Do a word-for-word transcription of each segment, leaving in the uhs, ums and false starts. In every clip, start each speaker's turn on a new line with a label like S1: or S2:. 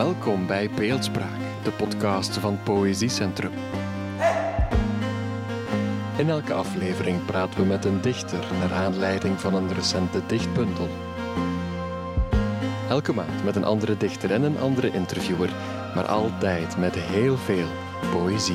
S1: Welkom bij Beeldspraak, de podcast van Poëziecentrum. In elke aflevering praten we met een dichter naar aanleiding van een recente dichtbundel. Elke maand met een andere dichter en een andere interviewer, maar altijd met heel veel poëzie.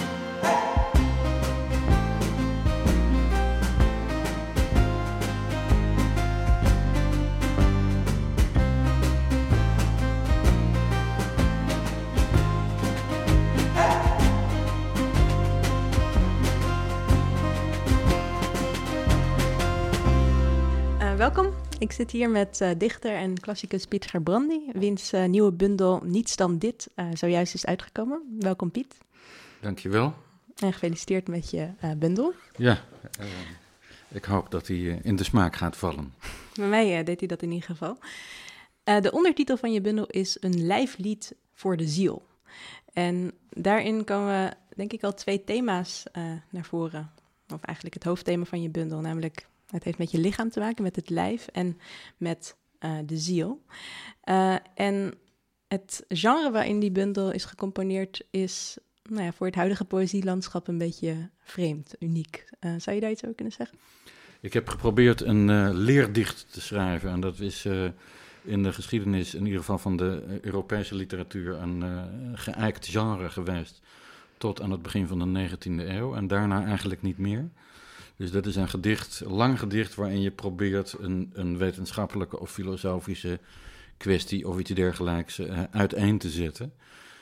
S2: Welkom, ik zit hier met uh, dichter en klassicus Piet Gerbrandy, wiens uh, nieuwe bundel Niets dan dit uh, zojuist is uitgekomen. Welkom Piet.
S3: Dankjewel.
S2: En gefeliciteerd met je uh, bundel.
S3: Ja, uh, ik hoop dat hij uh, in de smaak gaat vallen.
S2: Bij mij uh, deed hij dat in ieder geval. Uh, de ondertitel van je bundel is Een lijflied voor de ziel. En daarin komen denk ik al twee thema's uh, naar voren. Of eigenlijk het hoofdthema van je bundel, namelijk... Het heeft met je lichaam te maken, met het lijf en met uh, de ziel. Uh, en het genre waarin die bundel is gecomponeerd is nou ja, voor het huidige poëzielandschap een beetje vreemd, uniek. Uh, zou je daar iets over kunnen zeggen?
S3: Ik heb geprobeerd een uh, leerdicht te schrijven. En dat is uh, in de geschiedenis, in ieder geval van de Europese literatuur, een uh, geëikt genre geweest. Tot aan het begin van de negentiende eeuw en daarna eigenlijk niet meer. Dus dat is een gedicht, een lang gedicht waarin je probeert een, een wetenschappelijke of filosofische kwestie of iets dergelijks uh, uiteen te zetten.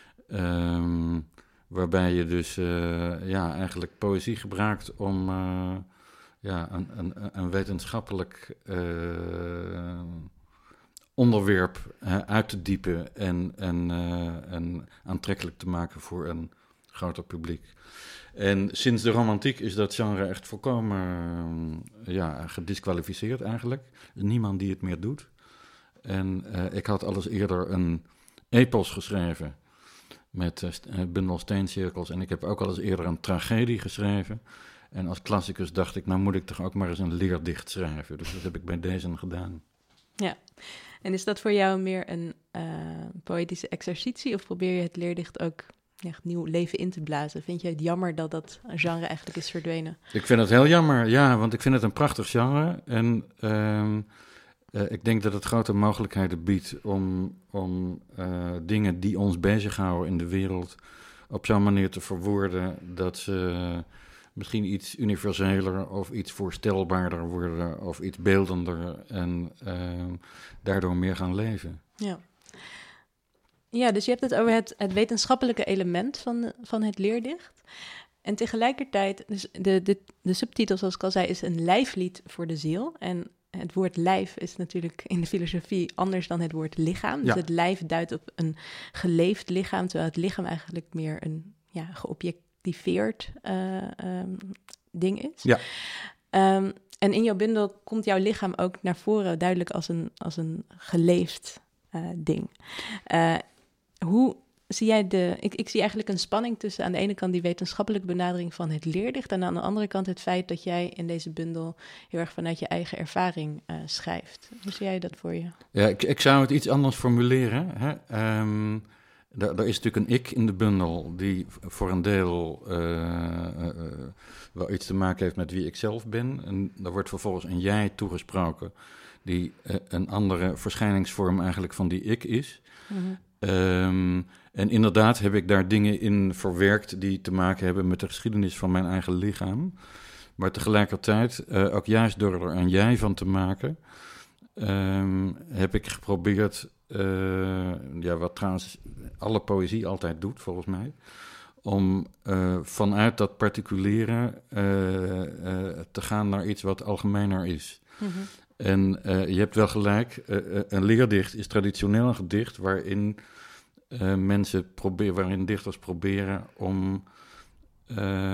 S3: Um, waarbij je dus uh, ja, eigenlijk poëzie gebruikt om uh, ja, een, een, een wetenschappelijk uh, onderwerp uh, uit te diepen en, en, uh, en aantrekkelijk te maken voor een groter publiek. En sinds de romantiek is dat genre echt volkomen uh, ja, gedisqualificeerd eigenlijk. Er is niemand die het meer doet. En uh, ik had al eens eerder een epos geschreven met uh, st- uh, bundel steencirkels. En ik heb ook al eens eerder een tragedie geschreven. En als klassicus dacht ik, nou moet ik toch ook maar eens een leerdicht schrijven. Dus dat heb ik bij deze gedaan.
S2: Ja, en is dat voor jou meer een uh, poëtische exercitie of probeer je het leerdicht ook... Ja, nieuw leven in te blazen. Vind je het jammer dat dat genre eigenlijk is verdwenen?
S3: Ik vind het heel jammer, ja, want ik vind het een prachtig genre. En uh, uh, ik denk dat het grote mogelijkheden biedt om, om uh, dingen die ons bezighouden in de wereld op zo'n manier te verwoorden dat ze uh, misschien iets universeler of iets voorstelbaarder worden of iets beeldender en uh, daardoor meer gaan leven.
S2: Ja. Ja, dus je hebt het over het, het wetenschappelijke element van, van het leerdicht. En tegelijkertijd, dus de, de, de subtitel, zoals ik al zei, is een lijflied voor de ziel. En het woord lijf is natuurlijk in de filosofie anders dan het woord lichaam. Dus
S3: ja.
S2: Het lijf duidt op een geleefd lichaam, terwijl het lichaam eigenlijk meer een ja, geobjectiveerd uh, um, ding is.
S3: Ja.
S2: Um, en in jouw bundel komt jouw lichaam ook naar voren duidelijk als een, als een geleefd uh, ding. Uh, Hoe zie jij de... Ik, ik zie eigenlijk een spanning tussen aan de ene kant die wetenschappelijke benadering van het leerdicht en aan de andere kant het feit dat jij in deze bundel heel erg vanuit je eigen ervaring uh, schrijft. Hoe zie jij dat voor je?
S3: Ja, ik, ik zou het iets anders formuleren. Hè? Um, daar, daar is natuurlijk een ik in de bundel die voor een deel uh, uh, uh, wel iets te maken heeft met wie ik zelf ben. En daar wordt vervolgens een jij toegesproken die uh, een andere verschijningsvorm eigenlijk van die ik is. Mm-hmm. Um, en inderdaad heb ik daar dingen in verwerkt die te maken hebben met de geschiedenis van mijn eigen lichaam. Maar tegelijkertijd, uh, ook juist door er een jij van te maken, um, heb ik geprobeerd, uh, ja, wat trouwens alle poëzie altijd doet volgens mij, om uh, vanuit dat particuliere uh, uh, te gaan naar iets wat algemener is. Mm-hmm. En uh, je hebt wel gelijk, uh, een leerdicht is traditioneel een gedicht waarin uh, mensen proberen, waarin dichters proberen om uh,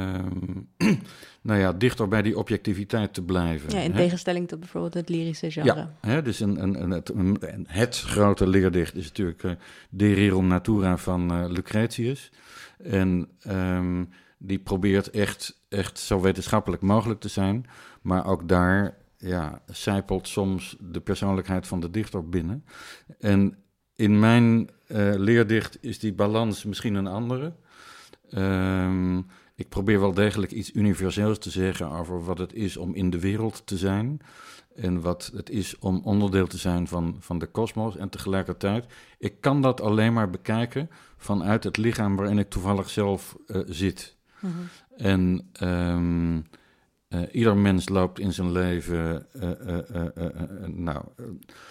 S3: nou ja, dichter bij die objectiviteit te blijven.
S2: Ja, in
S3: hè?
S2: tegenstelling tot bijvoorbeeld het lyrische genre.
S3: Ja, hè, dus een, een, een, het, een, het grote leerdicht is natuurlijk uh, De Rerum Natura van uh, Lucretius. En um, die probeert echt, echt zo wetenschappelijk mogelijk te zijn, maar ook daar... ja, sijpelt soms de persoonlijkheid van de dichter binnen. En in mijn uh, leerdicht is die balans misschien een andere. Um, ik probeer wel degelijk iets universeels te zeggen over wat het is om in de wereld te zijn. En wat het is om onderdeel te zijn van, van de kosmos. En tegelijkertijd, ik kan dat alleen maar bekijken vanuit het lichaam waarin ik toevallig zelf uh, zit. Mm-hmm. En um, uh, ieder mens loopt in zijn leven uh, uh, uh, uh, uh, nou, uh,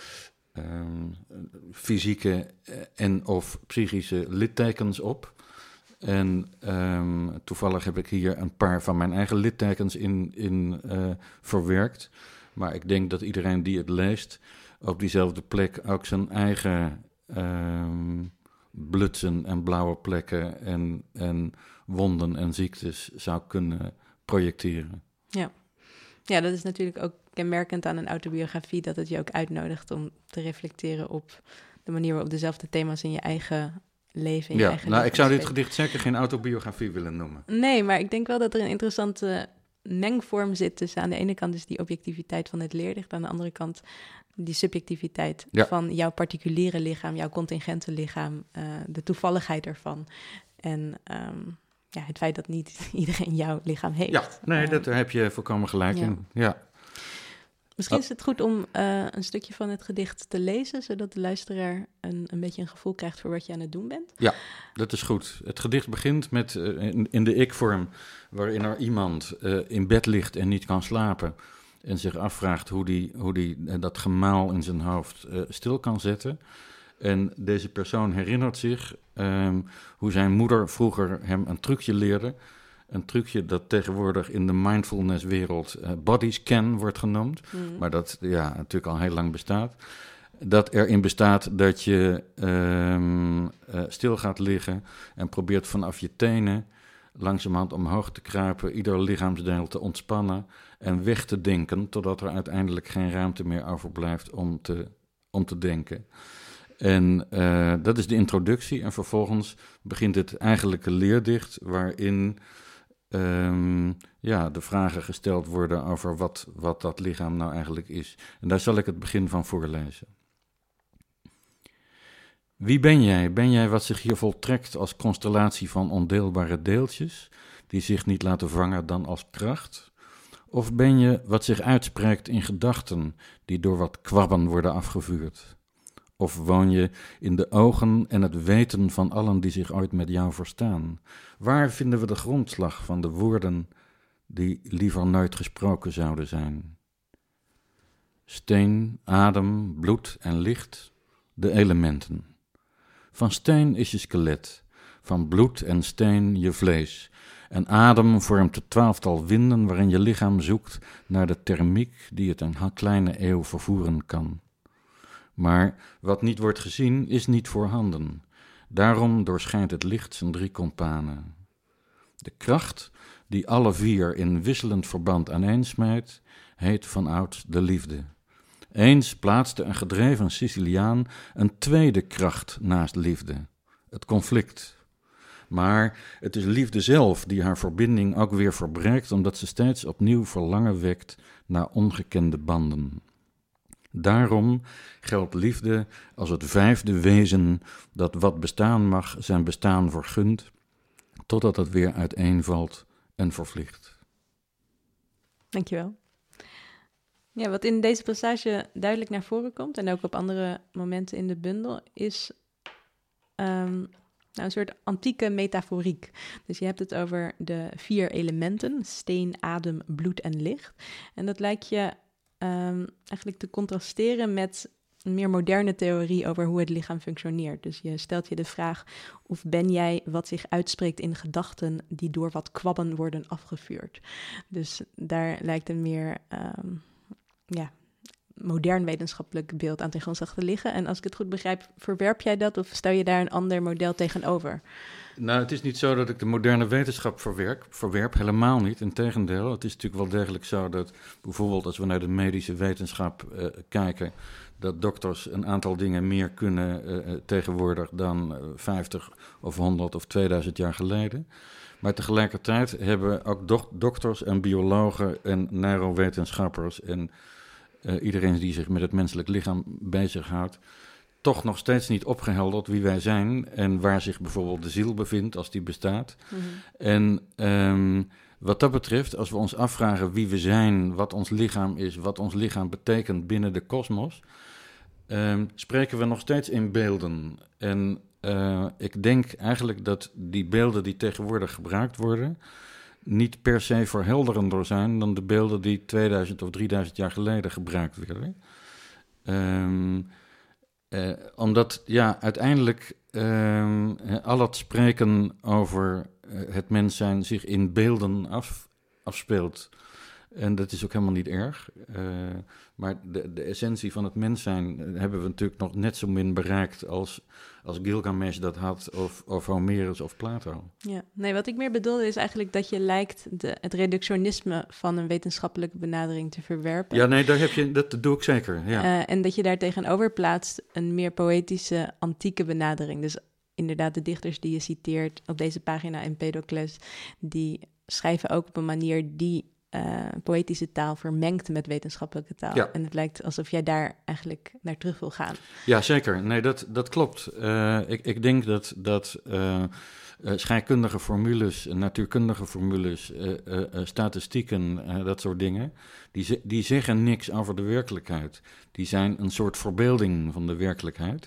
S3: um, fysieke en of psychische littekens op. En um, toevallig heb ik hier een paar van mijn eigen littekens in, in uh, verwerkt. Maar ik denk dat iedereen die het leest op diezelfde plek ook zijn eigen um, blutsen en blauwe plekken en, en wonden en ziektes zou kunnen projecteren.
S2: Ja. Ja, dat is natuurlijk ook kenmerkend aan een autobiografie, dat het je ook uitnodigt om te reflecteren op de manier waarop dezelfde thema's in je eigen leven, in je
S3: ja,
S2: eigen
S3: nou, ik zou dit
S2: spelen.
S3: gedicht zeker geen autobiografie willen noemen.
S2: Nee, maar ik denk wel dat er een interessante mengvorm zit tussen aan de ene kant dus die objectiviteit van het leerdicht, aan de andere kant die subjectiviteit ja. van jouw particuliere lichaam, jouw contingente lichaam, uh, de toevalligheid ervan. En um, ja, het feit dat niet iedereen jouw lichaam heeft.
S3: Ja, nee,
S2: uh,
S3: dat, daar heb je volkomen gelijk
S2: ja.
S3: in. Ja.
S2: Misschien is het goed om uh, een stukje van het gedicht te lezen, zodat de luisteraar een, een beetje een gevoel krijgt voor wat je aan het doen bent.
S3: Ja, dat is goed. Het gedicht begint met uh, in, in de ik-vorm, waarin er iemand uh, in bed ligt en niet kan slapen en zich afvraagt hoe die, hoe die uh, dat gemaal in zijn hoofd uh, stil kan zetten. En deze persoon herinnert zich um, hoe zijn moeder vroeger hem een trucje leerde. Een trucje dat tegenwoordig in de mindfulness-wereld uh, bodyscan wordt genoemd. Mm. Maar dat ja, natuurlijk al heel lang bestaat. Dat erin bestaat dat je um, uh, stil gaat liggen en probeert vanaf je tenen langzamerhand omhoog te kruipen, ieder lichaamsdeel te ontspannen en weg te denken, totdat er uiteindelijk geen ruimte meer overblijft om te, om te denken. En uh, dat is de introductie. En vervolgens begint het eigenlijke leerdicht, waarin um, ja, de vragen gesteld worden over wat, wat dat lichaam nou eigenlijk is. En daar zal ik het begin van voorlezen. Wie ben jij? Ben jij wat zich hier voltrekt als constellatie van ondeelbare deeltjes, die zich niet laten vangen dan als kracht? Of ben je wat zich uitspreekt in gedachten, die door wat kwabben worden afgevuurd? Of woon je in de ogen en het weten van allen die zich ooit met jou verstaan? Waar vinden we de grondslag van de woorden die liever nooit gesproken zouden zijn? Steen, adem, bloed en licht, de elementen. Van steen is je skelet, van bloed en steen je vlees. En adem vormt het twaalftal winden waarin je lichaam zoekt naar de thermiek die het een kleine eeuw vervoeren kan. Maar wat niet wordt gezien, is niet voorhanden. Daarom doorschijnt het licht zijn drie kompanen. De kracht, die alle vier in wisselend verband aaneensmijt, heet vanouds de liefde. Eens plaatste een gedreven Siciliaan een tweede kracht naast liefde, het conflict. Maar het is liefde zelf die haar verbinding ook weer verbreekt, omdat ze steeds opnieuw verlangen wekt naar ongekende banden. Daarom geldt liefde als het vijfde wezen dat wat bestaan mag zijn bestaan vergunt, totdat het weer uiteenvalt en vervliegt.
S2: Dankjewel. Ja, wat in deze passage duidelijk naar voren komt, en ook op andere momenten in de bundel, is um, nou, een soort antieke metaforiek. Dus je hebt het over de vier elementen, steen, adem, bloed en licht. En dat lijkt je um, eigenlijk te contrasteren met een meer moderne theorie over hoe het lichaam functioneert. Dus je stelt je de vraag, of ben jij wat zich uitspreekt in gedachten die door wat kwabben worden afgevuurd? Dus daar lijkt een meer um, ja, modern wetenschappelijk beeld aan ten grondslag te liggen. En als ik het goed begrijp, verwerp jij dat of stel je daar een ander model tegenover?
S3: Nou, het is niet zo dat ik de moderne wetenschap verwerp, verwerp helemaal niet. Integendeel, het is natuurlijk wel degelijk zo dat bijvoorbeeld als we naar de medische wetenschap uh, kijken, dat dokters een aantal dingen meer kunnen uh, tegenwoordig dan uh, vijftig of honderd of tweeduizend jaar geleden. Maar tegelijkertijd hebben ook do- dokters en biologen en neurowetenschappers en uh, iedereen die zich met het menselijk lichaam bezighoudt, toch nog steeds niet opgehelderd wie wij zijn en waar zich bijvoorbeeld de ziel bevindt als die bestaat. Mm-hmm. En um, wat dat betreft, als we ons afvragen wie we zijn, wat ons lichaam is, wat ons lichaam betekent binnen de kosmos, um, spreken we nog steeds in beelden. En uh, ik denk eigenlijk dat die beelden die tegenwoordig gebruikt worden niet per se verhelderender zijn dan de beelden die tweeduizend of drieduizend jaar geleden gebruikt werden. Um, uh, omdat, ja, uiteindelijk um, al het spreken over uh, het mens zijn zich in beelden af, afspeelt. En dat is ook helemaal niet erg. Uh, maar de, de essentie van het mens zijn hebben we natuurlijk nog net zo min bereikt als, als Gilgamesh dat had, of, of Homerus of Plato.
S2: Ja, nee, wat ik meer bedoelde is eigenlijk dat je lijkt de, het reductionisme van een wetenschappelijke benadering te verwerpen.
S3: Ja, nee, daar heb je, dat doe ik zeker. Ja.
S2: Uh, en dat je daar tegenover plaatst een meer poëtische, antieke benadering. Dus inderdaad, de dichters die je citeert op deze pagina, Empedocles, die schrijven ook op een manier die Uh, poëtische taal vermengt met wetenschappelijke taal. Ja. En het lijkt alsof jij daar eigenlijk naar terug wil gaan.
S3: Ja, zeker. Nee, dat, dat klopt. Uh, ik, ik denk dat, dat uh, uh, scheikundige formules, natuurkundige formules, uh, uh, uh, statistieken, uh, dat soort dingen, die, die zeggen niks over de werkelijkheid. Die zijn een soort verbeelding van de werkelijkheid.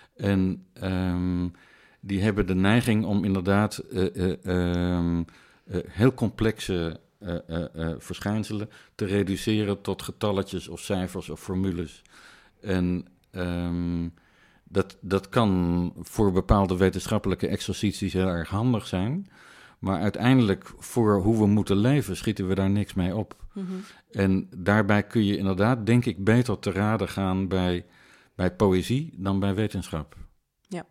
S3: En um, die hebben de neiging om inderdaad uh, uh, uh, uh, heel complexe Uh, uh, uh, verschijnselen te reduceren tot getalletjes of cijfers of formules. En um, dat, dat kan voor bepaalde wetenschappelijke exercities heel erg handig zijn, maar uiteindelijk voor hoe we moeten leven schieten we daar niks mee op. Mm-hmm. En daarbij kun je inderdaad, denk ik, beter te raden gaan bij, bij poëzie dan bij wetenschap.
S2: Ja.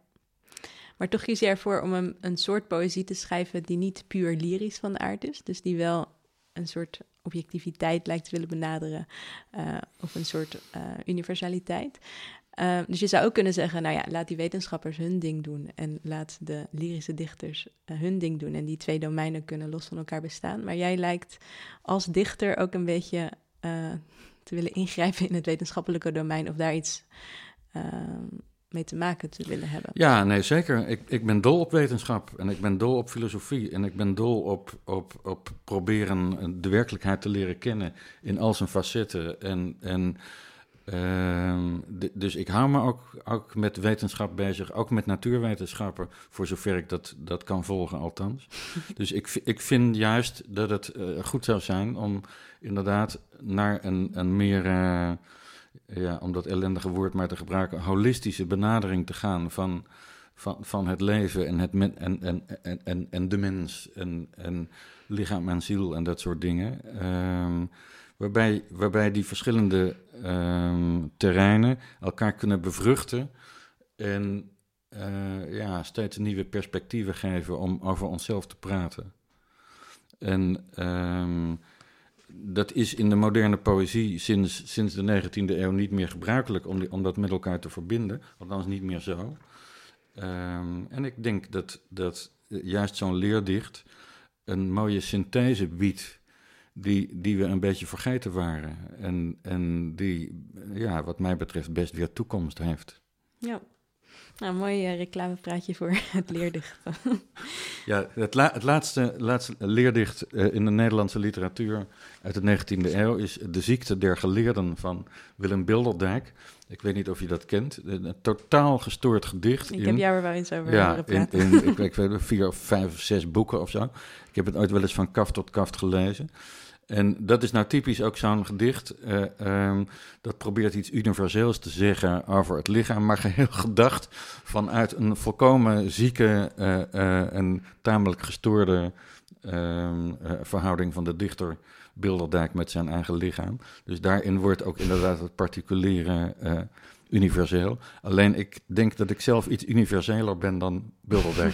S2: Maar toch kies je ervoor om een, een soort poëzie te schrijven die niet puur lyrisch van aard is, dus die wel een soort objectiviteit lijkt te willen benaderen, uh, of een soort uh, universaliteit. Uh, dus je zou ook kunnen zeggen, nou ja, laat die wetenschappers hun ding doen en laat de lyrische dichters uh, hun ding doen. En die twee domeinen kunnen los van elkaar bestaan. Maar jij lijkt als dichter ook een beetje uh, te willen ingrijpen in het wetenschappelijke domein of daar iets Uh, mee te maken te willen hebben.
S3: Ja, nee, zeker. Ik, ik ben dol op wetenschap en ik ben dol op filosofie en ik ben dol op, op, op proberen de werkelijkheid te leren kennen in al zijn facetten. En, en uh, de, dus ik hou me ook, ook met wetenschap bezig, ook met natuurwetenschappen, voor zover ik dat, dat kan volgen althans. Dus ik, ik vind juist dat het uh, goed zou zijn om inderdaad naar een, een meer Uh, ja, om dat ellendige woord maar te gebruiken, holistische benadering te gaan van, van, van het leven en, het men, en, en, en, en, en de mens en, en lichaam en ziel en dat soort dingen. Um, waarbij, waarbij die verschillende um, terreinen elkaar kunnen bevruchten en uh, ja, steeds nieuwe perspectieven geven om over onszelf te praten. En Um, dat is in de moderne poëzie sinds, sinds de negentiende eeuw niet meer gebruikelijk om, die, om dat met elkaar te verbinden, althans niet meer zo. Um, en ik denk dat, dat juist zo'n leerdicht een mooie synthese biedt die, die we een beetje vergeten waren en, en die, ja, wat mij betreft best weer toekomst heeft.
S2: Ja. Nou, een mooi uh, reclamepraatje voor het leerdicht.
S3: Ja, het, la- het laatste, laatste leerdicht uh, in de Nederlandse literatuur uit de negentiende eeuw is De ziekte der geleerden van Willem Bilderdijk. Ik weet niet of je dat kent. Een, een totaal gestoord gedicht.
S2: Ik
S3: in,
S2: heb jou er wel eens over
S3: ja,
S2: horen praten.
S3: in, in ik, ik weet vier of vijf of zes boeken of zo. Ik heb het ooit wel eens van kaft tot kaft gelezen. En dat is nou typisch ook zo'n gedicht. Uh, um, dat probeert iets universeels te zeggen over het lichaam, maar geheel gedacht vanuit een volkomen zieke uh, uh, en tamelijk gestoorde uh, uh, verhouding van de dichter Bilderdijk met zijn eigen lichaam. Dus daarin wordt ook inderdaad het particuliere uh, universeel. Alleen ik denk dat ik zelf iets universeler ben dan Bilderdijk.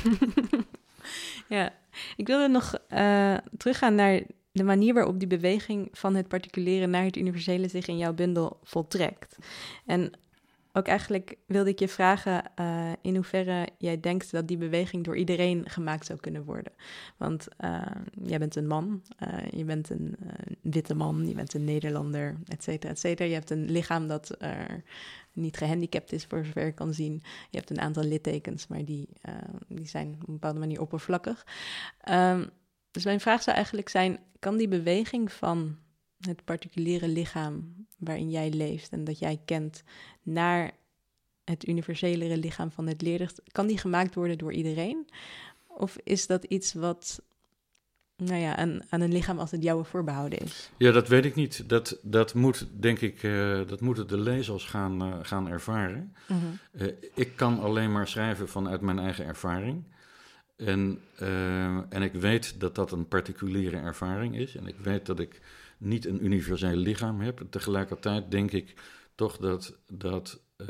S2: Ja, ik wilde nog uh, teruggaan naar de manier waarop die beweging van het particuliere naar het universele zich in jouw bundel voltrekt. En ook eigenlijk wilde ik je vragen uh, in hoeverre jij denkt dat die beweging door iedereen gemaakt zou kunnen worden. Want uh, jij bent een man, uh, je bent een uh, witte man, je bent een Nederlander, et cetera, et cetera. Je hebt een lichaam dat uh, niet gehandicapt is, voor zover ik kan zien. Je hebt een aantal littekens, maar die, uh, die zijn op een bepaalde manier oppervlakkig. Um, dus mijn vraag zou eigenlijk zijn, kan die beweging van het particuliere lichaam waarin jij leeft en dat jij kent, naar het universelere lichaam van het leerdicht, kan die gemaakt worden door iedereen? Of is dat iets wat, nou ja, aan, aan een lichaam als het jouwe voorbehouden is?
S3: Ja, dat weet ik niet. Dat, dat moet, denk ik, uh, dat moeten de lezers gaan, uh, gaan ervaren. Mm-hmm. Uh, ik kan alleen maar schrijven vanuit mijn eigen ervaring. En, uh, en ik weet dat dat een particuliere ervaring is. En ik weet dat ik niet een universeel lichaam heb. En tegelijkertijd denk ik toch dat, dat uh,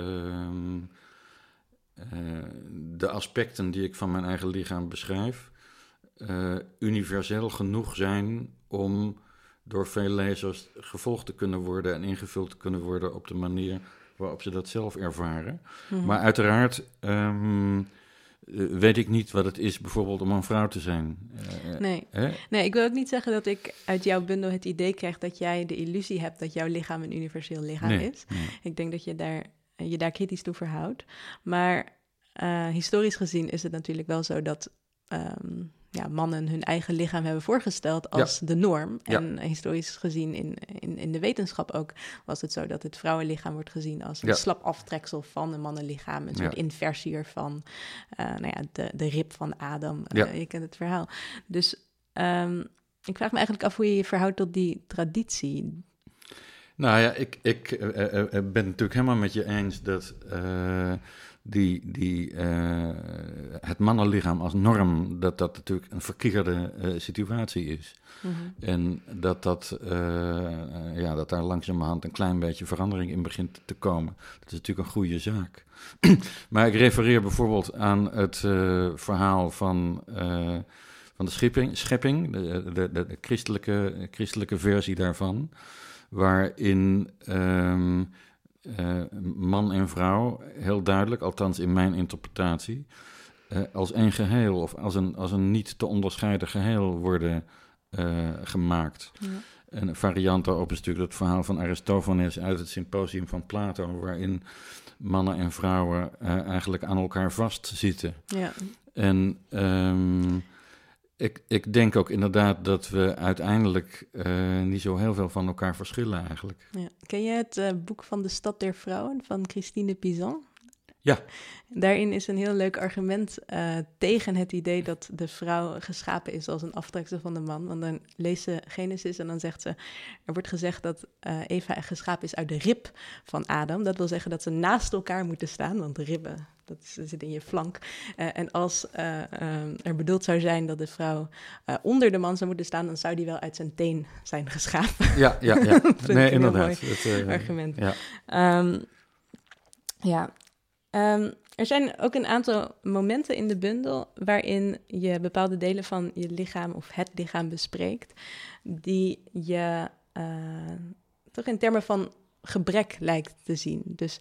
S3: uh, de aspecten die ik van mijn eigen lichaam beschrijf uh, universeel genoeg zijn om door veel lezers gevolgd te kunnen worden en ingevuld te kunnen worden op de manier waarop ze dat zelf ervaren. Mm-hmm. Maar uiteraard Um, Uh, weet ik niet wat het is bijvoorbeeld om een vrouw te zijn. Uh,
S2: nee. nee, ik wil ook niet zeggen dat ik uit jouw bundel het idee krijg dat jij de illusie hebt dat jouw lichaam een universeel lichaam nee, is. Nee. Ik denk dat je daar, je daar kritisch toe verhoudt. Maar uh, historisch gezien is het natuurlijk wel zo dat um, ja, mannen hun eigen lichaam hebben voorgesteld als ja. de norm. En ja. historisch gezien in, in, in de wetenschap ook was het zo dat het vrouwenlichaam wordt gezien als een ja. slap aftreksel van een mannenlichaam. Een soort ja. inversie ervan. Uh, nou ja, de, de rib van Adam. Uh, ja. Je kent het verhaal. Dus um, ik vraag me eigenlijk af hoe je je verhoudt tot die traditie.
S3: Nou ja, ik, ik uh, uh, ben natuurlijk helemaal met je eens dat Uh, Die, die, uh, het mannenlichaam als norm, dat dat natuurlijk een verkeerde uh, situatie is. Mm-hmm. En dat, dat, uh, uh, ja, dat daar langzamerhand een klein beetje verandering in begint te komen. Dat is natuurlijk een goede zaak. Maar ik refereer bijvoorbeeld aan het uh, verhaal van, uh, van de schepping, schepping de, de, de, de christelijke, christelijke versie daarvan, waarin Um, Uh, man en vrouw, heel duidelijk, althans in mijn interpretatie, uh, als één geheel of als een, als een niet te onderscheiden geheel worden uh, gemaakt. Ja. Een variant daarop is natuurlijk het verhaal van Aristophanes uit het Symposium van Plato, waarin mannen en vrouwen uh, eigenlijk aan elkaar vastzitten. Ja. En Um, Ik, ik denk ook inderdaad dat we uiteindelijk uh, niet zo heel veel van elkaar verschillen eigenlijk.
S2: Ja. Ken je het uh, boek van De Stad der Vrouwen van Christine Pizan?
S3: Ja.
S2: Daarin is een heel leuk argument uh, tegen het idee dat de vrouw geschapen is als een aftreksel van de man. Want dan leest ze Genesis en dan zegt ze, er wordt gezegd dat uh, Eva geschapen is uit de rib van Adam. Dat wil zeggen dat ze naast elkaar moeten staan, want de ribben, dat zit in je flank. Uh, en als uh, uh, er bedoeld zou zijn dat de vrouw uh, onder de man zou moeten staan, dan zou die wel uit zijn teen zijn geschapen.
S3: Ja, ja, ja. Nee, inderdaad.
S2: Mooi
S3: het, uh,
S2: argument.
S3: Ja.
S2: Um, ja. Um, er zijn ook een aantal momenten in de bundel waarin je bepaalde delen van je lichaam of het lichaam bespreekt, die je uh, toch in termen van gebrek lijkt te zien. Dus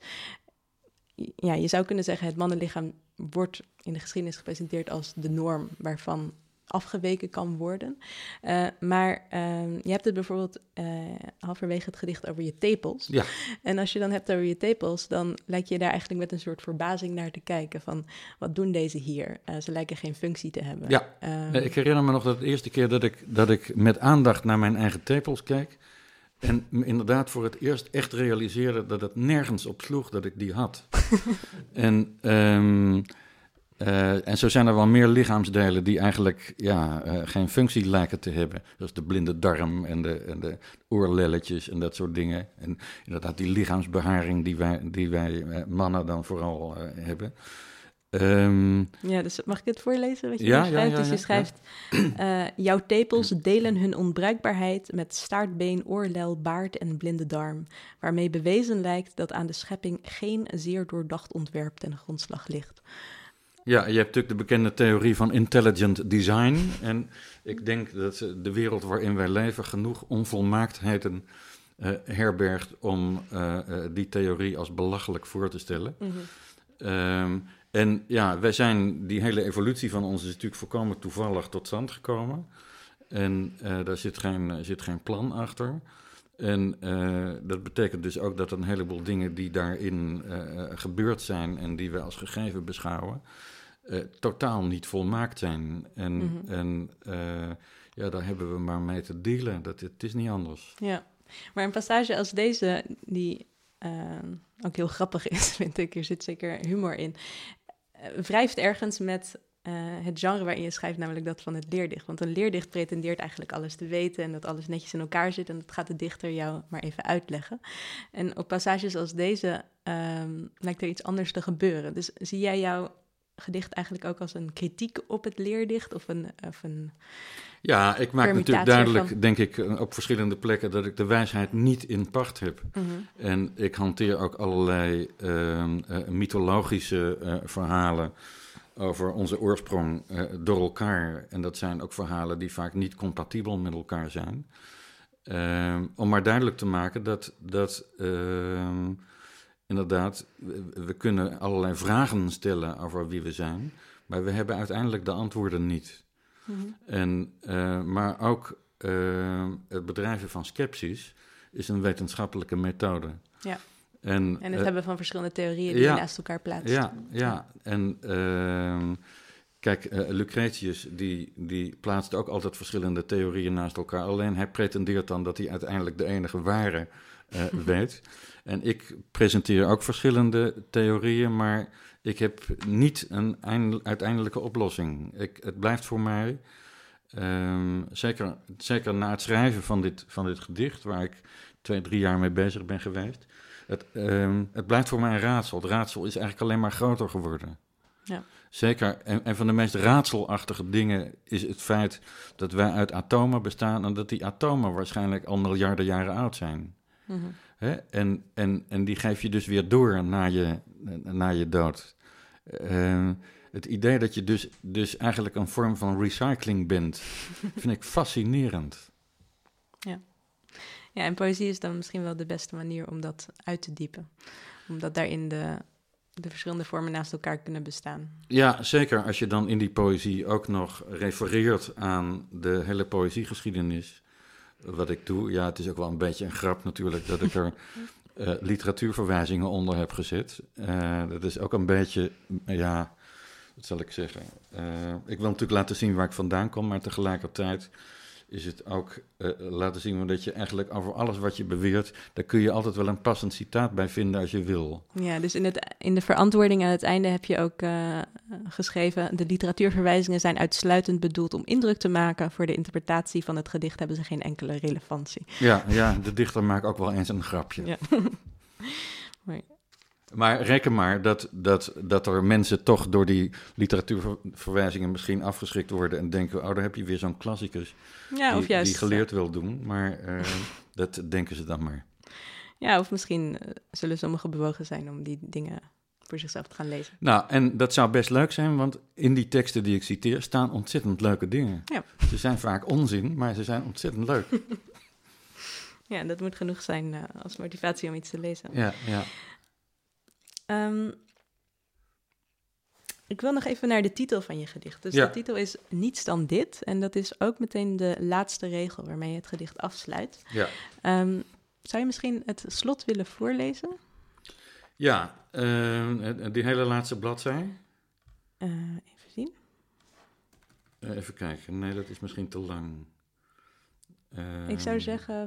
S2: ja, je zou kunnen zeggen, het mannenlichaam wordt in de geschiedenis gepresenteerd als de norm waarvan afgeweken kan worden. Uh, maar uh, je hebt het bijvoorbeeld uh, halverwege het gedicht over je tepels.
S3: Ja.
S2: En als je dan hebt over je tepels, dan lijkt je daar eigenlijk met een soort verbazing naar te kijken van, wat doen deze hier? Uh, ze lijken geen functie te hebben.
S3: Ja, uh, nee, ik herinner me nog dat de eerste keer dat ik, dat ik met aandacht naar mijn eigen tepels keek en me inderdaad voor het eerst echt realiseerde dat het nergens op sloeg dat ik die had. en Um, Uh, en zo zijn er wel meer lichaamsdelen die eigenlijk ja, uh, geen functie lijken te hebben. Zoals de blinde darm en de, en de oorlelletjes en dat soort dingen. En inderdaad die lichaamsbeharing die wij, die wij uh, mannen dan vooral uh, hebben. Um,
S2: ja, dus mag ik dit voorlezen wat je
S3: ja,
S2: schrijft?
S3: Ja, ja,
S2: dus je schrijft, ja. uh, jouw tepels delen hun onbruikbaarheid met staartbeen, oorlel, baard en blinde darm, waarmee bewezen lijkt dat aan de schepping geen zeer doordacht ontwerp ten grondslag ligt.
S3: Ja, je hebt natuurlijk de bekende theorie van intelligent design. En ik denk dat de wereld waarin wij leven genoeg onvolmaaktheden uh, herbergt om uh, uh, die theorie als belachelijk voor te stellen.
S2: Mm-hmm.
S3: Um, en ja, wij zijn, die hele evolutie van ons is natuurlijk volkomen toevallig tot stand gekomen. En uh, daar zit geen, uh, zit geen plan achter. En uh, dat betekent dus ook dat een heleboel dingen die daarin uh, gebeurd zijn en die we als gegeven beschouwen, uh, totaal niet volmaakt zijn. En, mm-hmm. en uh, ja, daar hebben we maar mee te dealen. Dat, het is niet anders.
S2: Ja, maar een passage als deze, die uh, ook heel grappig is, vind ik, er zit zeker humor in, uh, wrijft ergens met uh, het genre waarin je schrijft, namelijk dat van het leerdicht. Want een leerdicht pretendeert eigenlijk alles te weten en dat alles netjes in elkaar zit en dat gaat de dichter jou maar even uitleggen. En op passages als deze um, lijkt er iets anders te gebeuren. Dus zie jij jouw gedicht eigenlijk ook als een kritiek op het leerdicht of een... Of een
S3: ja, ik maak natuurlijk duidelijk, van... denk ik, op verschillende plekken dat ik de wijsheid niet in pacht heb. Mm-hmm. En ik hanteer ook allerlei uh, uh, mythologische uh, verhalen over onze oorsprong uh, door elkaar. En dat zijn ook verhalen die vaak niet compatibel met elkaar zijn. Uh, om maar duidelijk te maken dat, dat uh, inderdaad, we, we kunnen allerlei vragen stellen over wie we zijn, maar we hebben uiteindelijk de antwoorden niet. Mm-hmm. En, uh, maar ook uh, het bedrijven van scepsis is een wetenschappelijke methode.
S2: Ja.
S3: En,
S2: en het uh, hebben van verschillende theorieën die
S3: ja,
S2: je naast elkaar plaatst.
S3: Ja, ja. en uh, kijk, uh, Lucretius die, die plaatst ook altijd verschillende theorieën naast elkaar. Alleen hij pretendeert dan dat hij uiteindelijk de enige ware uh, weet. En ik presenteer ook verschillende theorieën, maar ik heb niet een eind, uiteindelijke oplossing. Ik, het blijft voor mij, um, zeker, zeker na het schrijven van dit, van dit gedicht, waar ik twee, drie jaar mee bezig ben geweest, het, um, het blijft voor mij een raadsel. Het raadsel is eigenlijk alleen maar groter geworden.
S2: Ja.
S3: Zeker, en, en van de meest raadselachtige dingen is het feit dat wij uit atomen bestaan en dat die atomen waarschijnlijk al miljarden jaren oud zijn. Mm-hmm. Hè? En, en, en die geef je dus weer door na je, na je dood. Uh, het idee dat je dus, dus eigenlijk een vorm van recycling bent, vind ik fascinerend.
S2: Ja. Ja, en poëzie is dan misschien wel de beste manier om dat uit te diepen. Omdat daarin de, de verschillende vormen naast elkaar kunnen bestaan.
S3: Ja, zeker als je dan in die poëzie ook nog refereert aan de hele poëziegeschiedenis. Wat ik doe, ja, het is ook wel een beetje een grap natuurlijk dat ik er uh, literatuurverwijzingen onder heb gezet. Uh, dat is ook een beetje, ja, wat zal ik zeggen. Uh, ik wil natuurlijk laten zien waar ik vandaan kom, maar tegelijkertijd is het ook uh, laten zien dat je eigenlijk over alles wat je beweert, daar kun je altijd wel een passend citaat bij vinden als je wil.
S2: Ja, dus in, het, in de verantwoording aan het einde heb je ook uh, geschreven, de literatuurverwijzingen zijn uitsluitend bedoeld om indruk te maken. Voor de interpretatie van het gedicht hebben ze geen enkele relevantie.
S3: Ja, ja, de dichter maakt ook wel eens een grapje.
S2: Ja. maar...
S3: Maar reken maar dat, dat, dat er mensen toch door die literatuurverwijzingen misschien afgeschrikt worden en denken, oh, daar heb je weer zo'n klassicus
S2: ja,
S3: die,
S2: of juist,
S3: die geleerd
S2: ja.
S3: wil doen. Maar uh, dat denken ze dan maar.
S2: Ja, of misschien uh, zullen sommigen bewogen zijn om die dingen voor zichzelf te gaan lezen.
S3: Nou, en dat zou best leuk zijn, want in die teksten die ik citeer staan ontzettend leuke dingen. Ja. Ze zijn vaak onzin, maar ze zijn ontzettend leuk.
S2: Ja, dat moet genoeg zijn uh, als motivatie om iets te lezen.
S3: Ja, ja.
S2: Um, ik wil nog even naar de titel van je gedicht. Dus
S3: ja.
S2: de titel is Niets dan dit. En dat is ook meteen de laatste regel waarmee je het gedicht afsluit.
S3: Ja.
S2: Um, zou je misschien het slot willen voorlezen?
S3: Ja, uh, die hele laatste bladzij.
S2: Uh, even zien.
S3: Uh, even kijken. Nee, dat is misschien te lang. Uh,
S2: ik zou zeggen...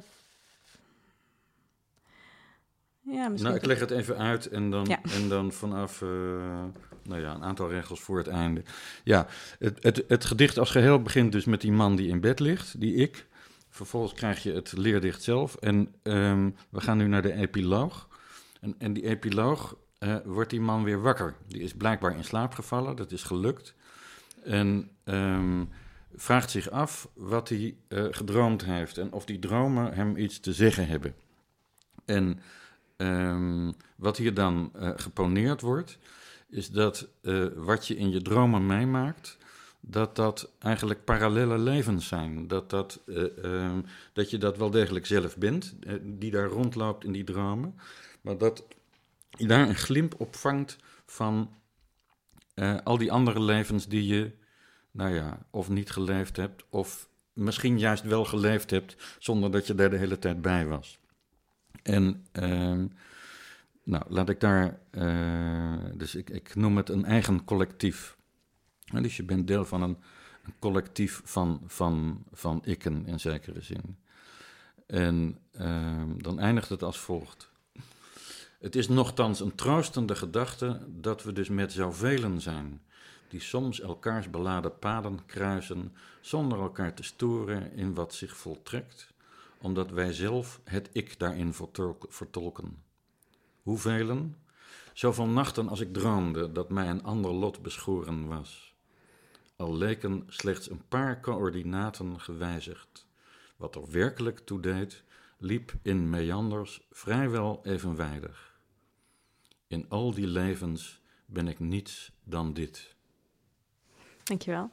S2: Ja,
S3: nou, ik leg het even uit en dan, ja. en dan vanaf uh, nou ja, een aantal regels voor het einde. Ja, het, het, het gedicht als geheel begint dus met die man die in bed ligt, die ik. Vervolgens krijg je het leerdicht zelf en um, we gaan nu naar de epiloog. En, en die epiloog uh, wordt die man weer wakker. Die is blijkbaar in slaap gevallen, dat is gelukt. En um, vraagt zich af wat hij uh, gedroomd heeft en of die dromen hem iets te zeggen hebben. En... Um, wat hier dan uh, geponeerd wordt, is dat uh, wat je in je dromen meemaakt, dat dat eigenlijk parallele levens zijn. Dat, dat, uh, uh, dat je dat wel degelijk zelf bent, uh, die daar rondloopt in die dromen. Maar dat je daar een glimp op vangt van uh, al die andere levens die je, nou ja, of niet geleefd hebt, of misschien juist wel geleefd hebt, zonder dat je daar de hele tijd bij was. En uh, nou, laat ik daar, uh, dus ik, ik noem het een eigen collectief. En dus je bent deel van een, een collectief van, van, van ikken in zekere zin. En uh, dan eindigt het als volgt. Het is nochtans een troostende gedachte dat we dus met zoveel zijn, die soms elkaars beladen paden kruisen, zonder elkaar te storen in wat zich voltrekt, omdat wij zelf het ik daarin vertolken. Hoevelen? Zoveel nachten als ik droomde dat mij een ander lot beschoren was. Al leken slechts een paar coördinaten gewijzigd. Wat er werkelijk toe deed, liep in meanders vrijwel evenwijdig. In al die levens ben ik niets dan dit.
S2: Dankjewel.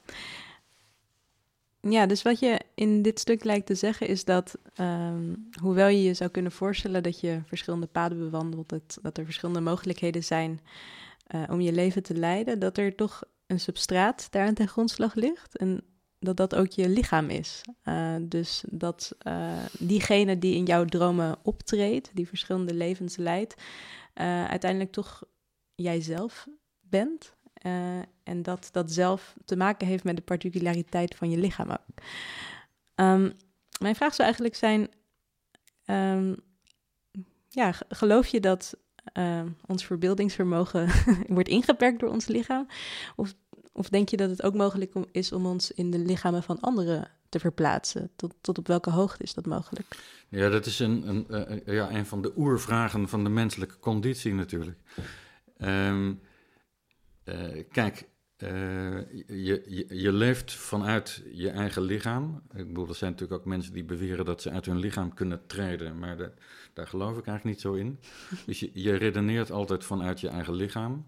S2: Ja, dus wat je in dit stuk lijkt te zeggen is dat, um, hoewel je je zou kunnen voorstellen dat je verschillende paden bewandelt, dat, dat er verschillende mogelijkheden zijn uh, om je leven te leiden, dat er toch een substraat daar aan ten grondslag ligt en dat dat ook je lichaam is. Uh, dus dat uh, diegene die in jouw dromen optreedt, die verschillende levens leidt, uh, uiteindelijk toch jijzelf bent. Uh, en dat dat zelf te maken heeft met de particulariteit van je lichaam ook. Um, mijn vraag zou eigenlijk zijn, um, ja, geloof je dat uh, ons verbeeldingsvermogen wordt ingeperkt door ons lichaam? Of, of denk je dat het ook mogelijk om, is om ons in de lichamen van anderen te verplaatsen? Tot, tot op welke hoogte is dat mogelijk?
S3: Ja, dat is een, een, uh, ja, een van de oervragen van de menselijke conditie natuurlijk. Um, Uh, kijk, uh, je, je, je leeft vanuit je eigen lichaam. Ik bedoel, er zijn natuurlijk ook mensen die beweren dat ze uit hun lichaam kunnen treden, maar de, daar geloof ik eigenlijk niet zo in. Dus je, je redeneert altijd vanuit je eigen lichaam.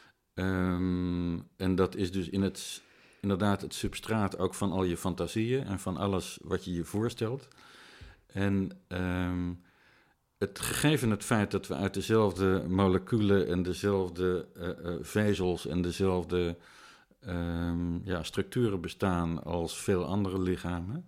S3: Um, en dat is dus in het, inderdaad het substraat ook van al je fantasieën en van alles wat je je voorstelt. En um, het gegeven het feit dat we uit dezelfde moleculen en dezelfde uh, uh, vezels en dezelfde um, ja, structuren bestaan als veel andere lichamen,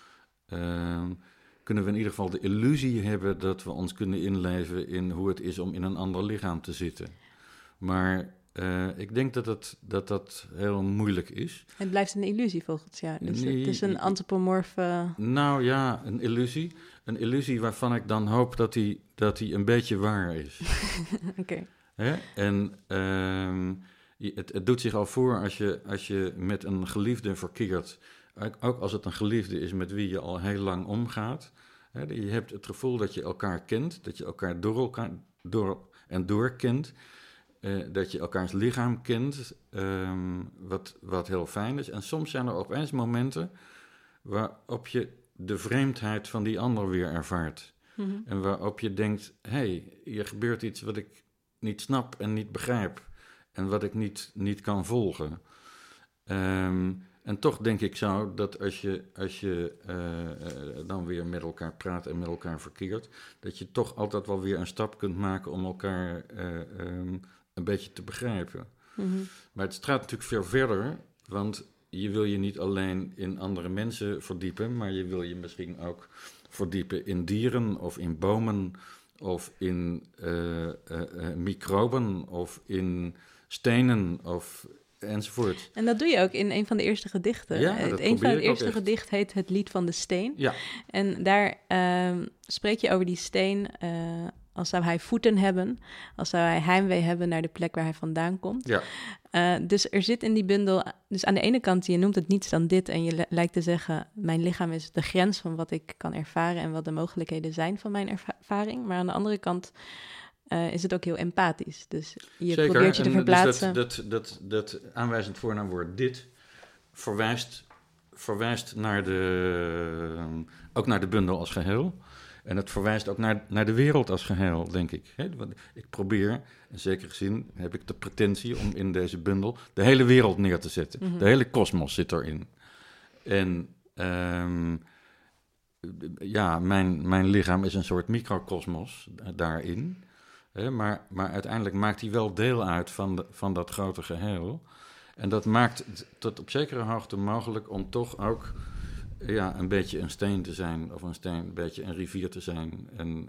S3: um, kunnen we in ieder geval de illusie hebben dat we ons kunnen inleven in hoe het is om in een ander lichaam te zitten. Maar uh, ik denk dat, het, dat dat heel moeilijk is.
S2: Het blijft een illusie volgens jou. Dus
S3: nee,
S2: het is een antropomorfe...
S3: Nou ja, een illusie. Een illusie waarvan ik dan hoop dat die, dat die een beetje waar is.
S2: Oké.
S3: Okay. En um, het, het doet zich al voor als je, als je met een geliefde verkeert. Ook als het een geliefde is met wie je al heel lang omgaat. Hè, je hebt het gevoel dat je elkaar kent, dat je elkaar door, elkaar, door en door kent. Uh, dat je elkaars lichaam kent, um, wat, wat heel fijn is. En soms zijn er opeens momenten waarop je de vreemdheid van die ander weer ervaart. Mm-hmm. En waarop je denkt, hé, hey, hier gebeurt iets wat ik niet snap en niet begrijp. En wat ik niet, niet kan volgen. Um, en toch denk ik zo dat als je, als je uh, uh, dan weer met elkaar praat en met elkaar verkeert, dat je toch altijd wel weer een stap kunt maken om elkaar uh, um, een beetje te begrijpen. Mm-hmm. Maar het staat natuurlijk veel verder, want je wil je niet alleen in andere mensen verdiepen, maar je wil je misschien ook verdiepen in dieren of in bomen of in uh, uh, uh, microben of in stenen of enzovoort.
S2: En dat doe je ook in een van de eerste gedichten.
S3: Ja, dat
S2: een van de eerste
S3: echt.
S2: gedichten heet Het Lied van de Steen.
S3: Ja.
S2: En daar uh, spreek je over die steen uh, als zou hij voeten hebben, als zou hij heimwee hebben naar de plek waar hij vandaan komt.
S3: Ja.
S2: Uh, dus er zit in die bundel, dus aan de ene kant, je noemt het niets dan dit en je li- lijkt te zeggen, mijn lichaam is de grens van wat ik kan ervaren en wat de mogelijkheden zijn van mijn ervaring. Maar aan de andere kant uh, is het ook heel empathisch. Dus je
S3: Zeker.
S2: probeert je te
S3: en
S2: verplaatsen.
S3: Dus dat, dat, dat, dat aanwijzend voornaamwoord dit verwijst, verwijst naar de, ook naar de bundel als geheel. En het verwijst ook naar, naar de wereld als geheel, denk ik. Hè? Want ik probeer, in zekere zin heb ik de pretentie om in deze bundel de hele wereld neer te zetten. Mm-hmm. De hele kosmos zit erin. En um, ja, mijn, mijn lichaam is een soort microkosmos daarin. Hè? Maar, maar uiteindelijk maakt hij wel deel uit van, de, van dat grote geheel. En dat maakt het tot op zekere hoogte mogelijk om toch ook ja, een beetje een steen te zijn, of een steen, een beetje een rivier te zijn. En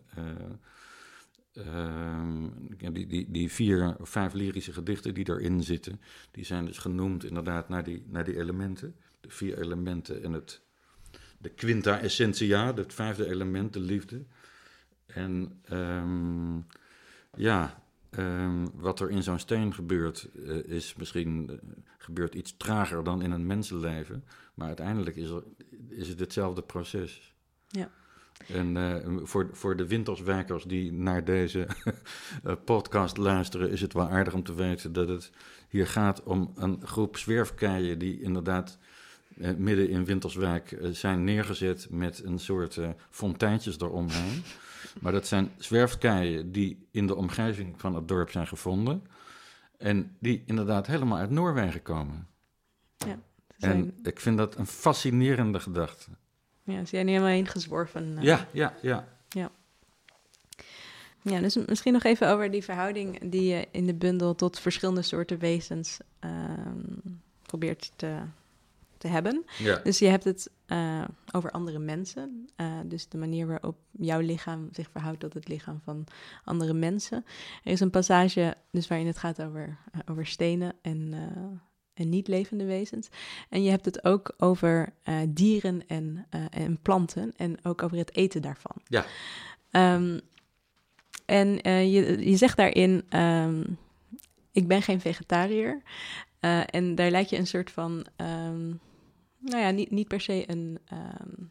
S3: uh, uh, die, die, die vier of vijf lyrische gedichten die erin zitten, die zijn dus genoemd inderdaad naar die, naar die elementen. De vier elementen en het, de quinta essentia, het vijfde element, de liefde. En um, ja... Um, wat er in zo'n steen gebeurt, uh, is misschien uh, gebeurt iets trager dan in een mensenleven. Maar uiteindelijk is, er, is het hetzelfde proces.
S2: Ja.
S3: En uh, voor, voor de winterswijkers die naar deze uh, podcast luisteren, is het wel aardig om te weten dat het hier gaat om een groep zwerfkeien die inderdaad uh, midden in Winterswijk uh, zijn neergezet met een soort uh, fonteintjes eromheen. Maar dat zijn zwerfkeien die in de omgeving van het dorp zijn gevonden. En die inderdaad helemaal uit Noorwegen komen.
S2: Ja,
S3: zijn... En ik vind dat een fascinerende gedachte.
S2: Ja, ze zijn helemaal heen gezworven. Uh...
S3: Ja, ja, ja.
S2: Ja. Ja, dus misschien nog even over die verhouding die je in de bundel tot verschillende soorten wezens uh, probeert te... te hebben.
S3: Ja.
S2: Dus je hebt het uh, over andere mensen. Uh, dus de manier waarop jouw lichaam zich verhoudt tot het lichaam van andere mensen. Er is een passage dus waarin het gaat over, uh, over stenen en, uh, en niet levende wezens. En je hebt het ook over uh, dieren en, uh, en planten en ook over het eten daarvan.
S3: Ja.
S2: Um, en uh, je, je zegt daarin, um, ik ben geen vegetariër. Uh, en daar lijkt je een soort van... Um, nou ja, niet, niet per se een, um,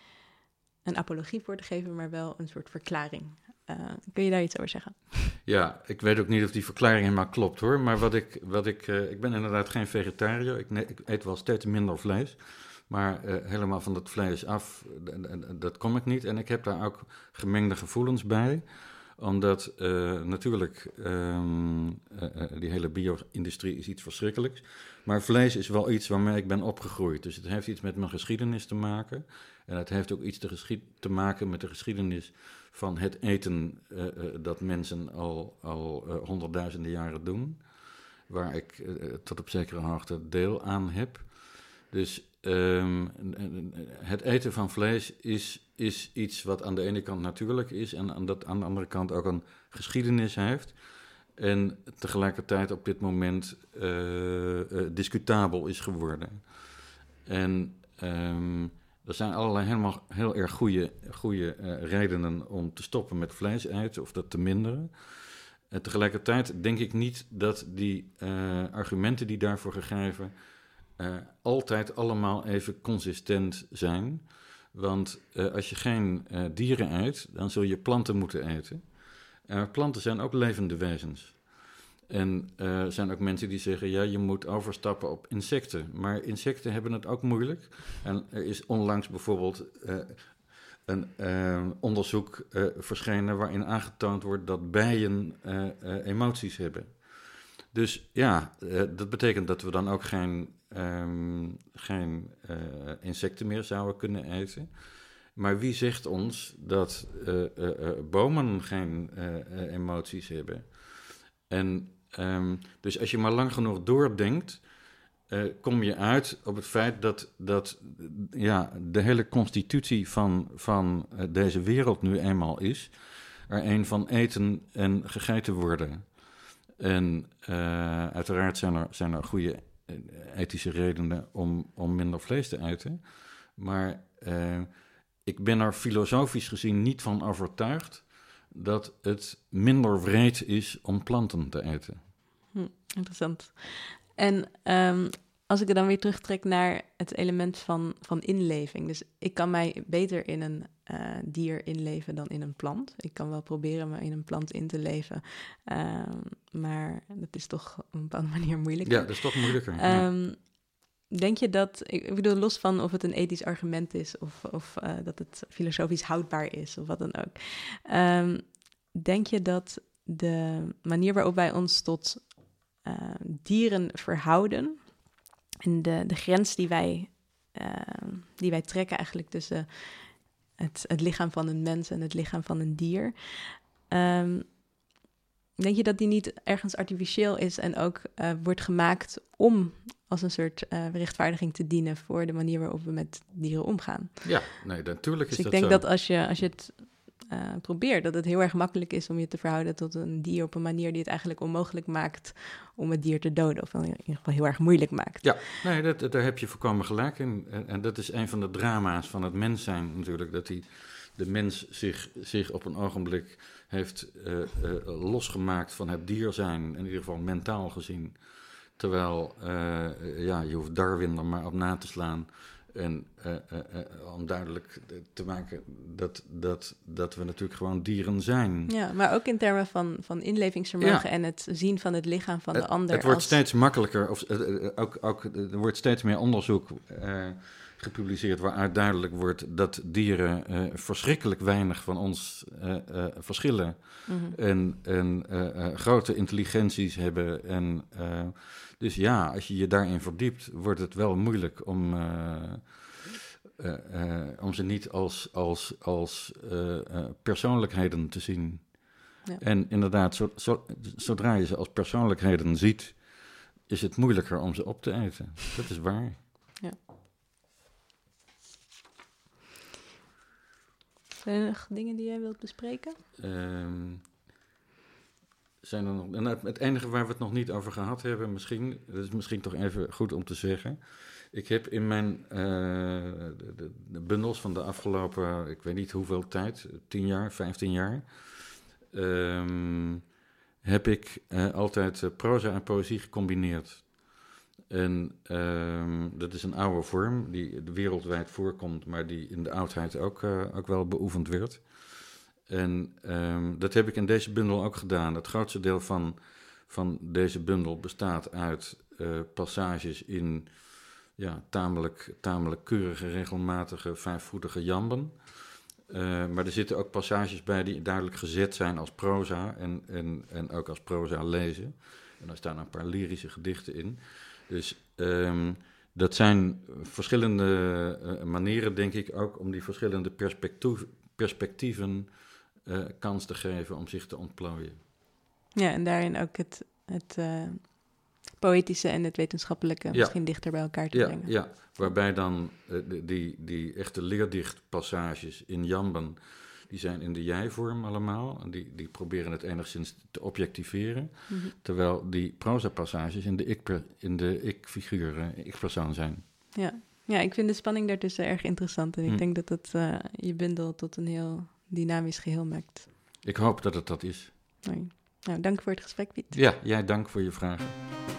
S2: een apologie voor te geven, maar wel een soort verklaring. Uh, kun je daar iets over zeggen?
S3: Ja, ik weet ook niet of die verklaring helemaal klopt hoor. Maar wat ik, wat ik, uh, ik ben inderdaad geen vegetariër. Ik, ne- ik eet wel steeds minder vlees. Maar uh, helemaal van dat vlees af, d- d- dat kom ik niet. En ik heb daar ook gemengde gevoelens bij. Omdat uh, natuurlijk um, uh, uh, die hele bio-industrie is iets verschrikkelijks. Maar vlees is wel iets waarmee ik ben opgegroeid. Dus het heeft iets met mijn geschiedenis te maken. En het heeft ook iets te, geschied- te maken met de geschiedenis van het eten uh, uh, dat mensen al, al uh, honderdduizenden jaren doen. Waar ik uh, tot op zekere hoogte deel aan heb. Dus um, het eten van vlees is, is iets wat aan de ene kant natuurlijk is en aan, dat, aan de andere kant ook een geschiedenis heeft. En tegelijkertijd op dit moment uh, uh, discutabel is geworden. En um, er zijn allerlei helemaal heel erg goede, goede uh, redenen om te stoppen met vlees eten of dat te minderen. En tegelijkertijd denk ik niet dat die uh, argumenten die daarvoor gegeven uh, altijd allemaal even consistent zijn. Want uh, als je geen uh, dieren eet, dan zul je planten moeten eten. Uh, planten zijn ook levende wezens. En er uh, zijn ook mensen die zeggen, ja, je moet overstappen op insecten. Maar insecten hebben het ook moeilijk. En er is onlangs bijvoorbeeld uh, een uh, onderzoek uh, verschenen waarin aangetoond wordt dat bijen uh, uh, emoties hebben. Dus ja, uh, dat betekent dat we dan ook geen, um, geen uh, insecten meer zouden kunnen eten. Maar wie zegt ons dat uh, uh, uh, bomen geen uh, uh, emoties hebben? En um, dus als je maar lang genoeg doordenkt, uh, kom je uit op het feit dat, dat ja, de hele constitutie van, van uh, deze wereld nu eenmaal is er een van eten en gegeten worden. En uh, uiteraard zijn er, zijn er goede ethische redenen om, om minder vlees te eten. Maar uh, ik ben er filosofisch gezien niet van overtuigd dat het minder wreed is om planten te eten.
S2: Hm, interessant. En um, als ik er dan weer terugtrek naar het element van, van inleving. Dus ik kan mij beter in een uh, dier inleven dan in een plant. Ik kan wel proberen me in een plant in te leven. Uh, maar dat is toch op een bepaalde manier moeilijker.
S3: Ja, dat is toch moeilijker. Ja.
S2: Um, denk je dat, ik bedoel, los van of het een ethisch argument is of, of uh, dat het filosofisch houdbaar is of wat dan ook. Um, denk je dat de manier waarop wij ons tot uh, dieren verhouden en de, de grens die wij, uh, die wij trekken eigenlijk tussen het, het lichaam van een mens en het lichaam van een dier, um, denk je dat die niet ergens artificieel is en ook uh, wordt gemaakt om als een soort uh, rechtvaardiging te dienen voor de manier waarop we met dieren omgaan?
S3: Ja, nee, natuurlijk is
S2: dus
S3: dat
S2: ik denk
S3: zo.
S2: dat als je, als je het uh, probeert, dat het heel erg makkelijk is om je te verhouden tot een dier op een manier die het eigenlijk onmogelijk maakt om het dier te doden, of in ieder geval heel erg moeilijk maakt.
S3: Ja, nee, dat, daar heb je volkomen gelijk in. En, en dat is een van de drama's van het mens zijn natuurlijk, dat die, de mens zich, zich op een ogenblik heeft uh, uh, losgemaakt van het dier zijn, in ieder geval mentaal gezien. Terwijl, uh, ja, je hoeft Darwin er maar op na te slaan en uh, uh, uh, om duidelijk te maken dat, dat, dat we natuurlijk gewoon dieren zijn.
S2: Ja, maar ook in termen van, van inlevingsvermogen
S3: Ja.
S2: en het zien van het lichaam van
S3: het,
S2: de ander.
S3: Het wordt
S2: als...
S3: steeds makkelijker, of uh, uh, ook, ook, er wordt steeds meer onderzoek uh, gepubliceerd waaruit duidelijk wordt dat dieren uh, verschrikkelijk weinig van ons uh, uh, verschillen.
S2: Mm-hmm. En,
S3: en, en uh, uh, grote intelligenties hebben. En, uh, dus ja, als je je daarin verdiept, wordt het wel moeilijk om, uh, uh, uh, om ze niet als, als, als uh, uh, persoonlijkheden te zien. Ja. En inderdaad, zo, zo, zodra je ze als persoonlijkheden ziet, is het moeilijker om ze op te eten. Dat is waar.
S2: Ja. Zijn er nog dingen die jij wilt bespreken?
S3: Um, zijn er nog, en het enige waar we het nog niet over gehad hebben, misschien, dat is misschien toch even goed om te zeggen. Ik heb in mijn uh, de, de, de bundels van de afgelopen, ik weet niet hoeveel tijd, tien jaar, vijftien jaar, um, heb ik uh, altijd uh, proza en poëzie gecombineerd. En um, dat is een oude vorm die wereldwijd voorkomt, maar die in de oudheid ook, uh, ook wel beoefend werd. En um, dat heb ik in deze bundel ook gedaan. Het grootste deel van, van deze bundel bestaat uit uh, passages in ja, tamelijk, tamelijk keurige, regelmatige, vijfvoetige jamben. Uh, maar er zitten ook passages bij die duidelijk gezet zijn als proza en, en, en ook als proza lezen. En daar staan een paar lyrische gedichten in. Dus um, dat zijn verschillende uh, manieren, denk ik, ook om die verschillende perspectief, perspectieven uh, kans te geven om zich te ontplooien.
S2: Ja, en daarin ook het, het uh, poëtische en het wetenschappelijke
S3: ja.
S2: misschien dichter bij elkaar te
S3: ja,
S2: brengen.
S3: Ja, waarbij dan uh, die, die, die echte leerdichtpassages in jamben, die zijn in de jij-vorm allemaal. En die, die proberen het enigszins te objectiveren. Mm-hmm. Terwijl die proza-passages in de, ik, in de ik-figuur, uh, ik-persoon zijn.
S2: Ja. ja, ik vind de spanning daartussen erg interessant. En ik
S3: mm.
S2: denk dat het uh, je bundel tot een heel dynamisch geheel maakt.
S3: Ik hoop dat het dat is.
S2: Nee. Nou, dank voor het gesprek, Piet.
S3: Ja, jij dank voor je vragen.